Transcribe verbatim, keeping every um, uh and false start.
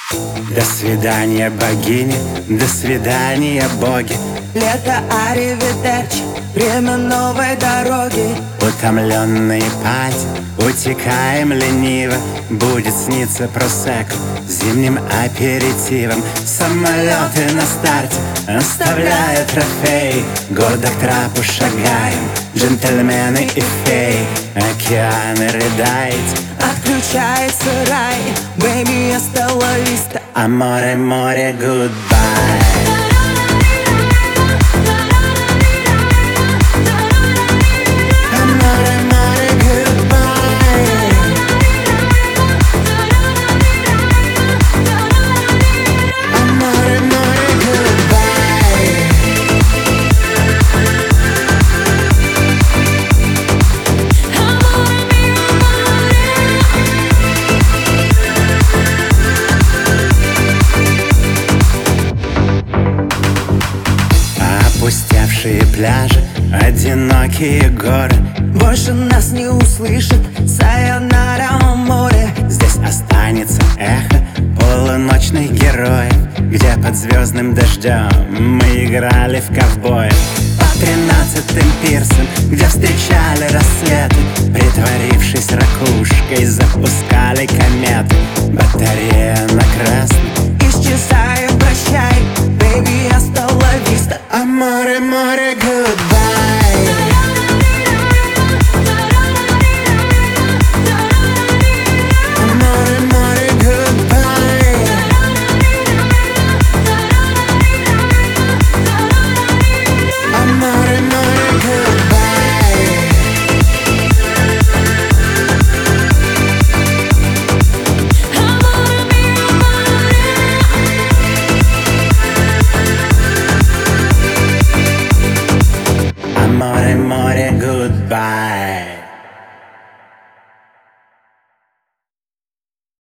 До свидания, богини, до свидания, боги. Лето, аривидерчи, время новой дороги. Утомленные пальцы, утекаем лениво. Будет сниться просекко зимним аперитивом. Самолеты на старте, оставляя трофеи. Гордо к трапу шагаем, джентльмены и феи. Океаны рыдаете, Отключается рай, бэйби, осталась листа. а море, море, goodbye. Опустевшие пляжи, одинокие горы. Больше нас не услышит сайонара море. Здесь останется эхо полуночных героев, где под звездным дождем мы играли в ковбоев. По тринадцатым пирсам, где встречали рассветы, притворившись ракушкой, запускали кометы.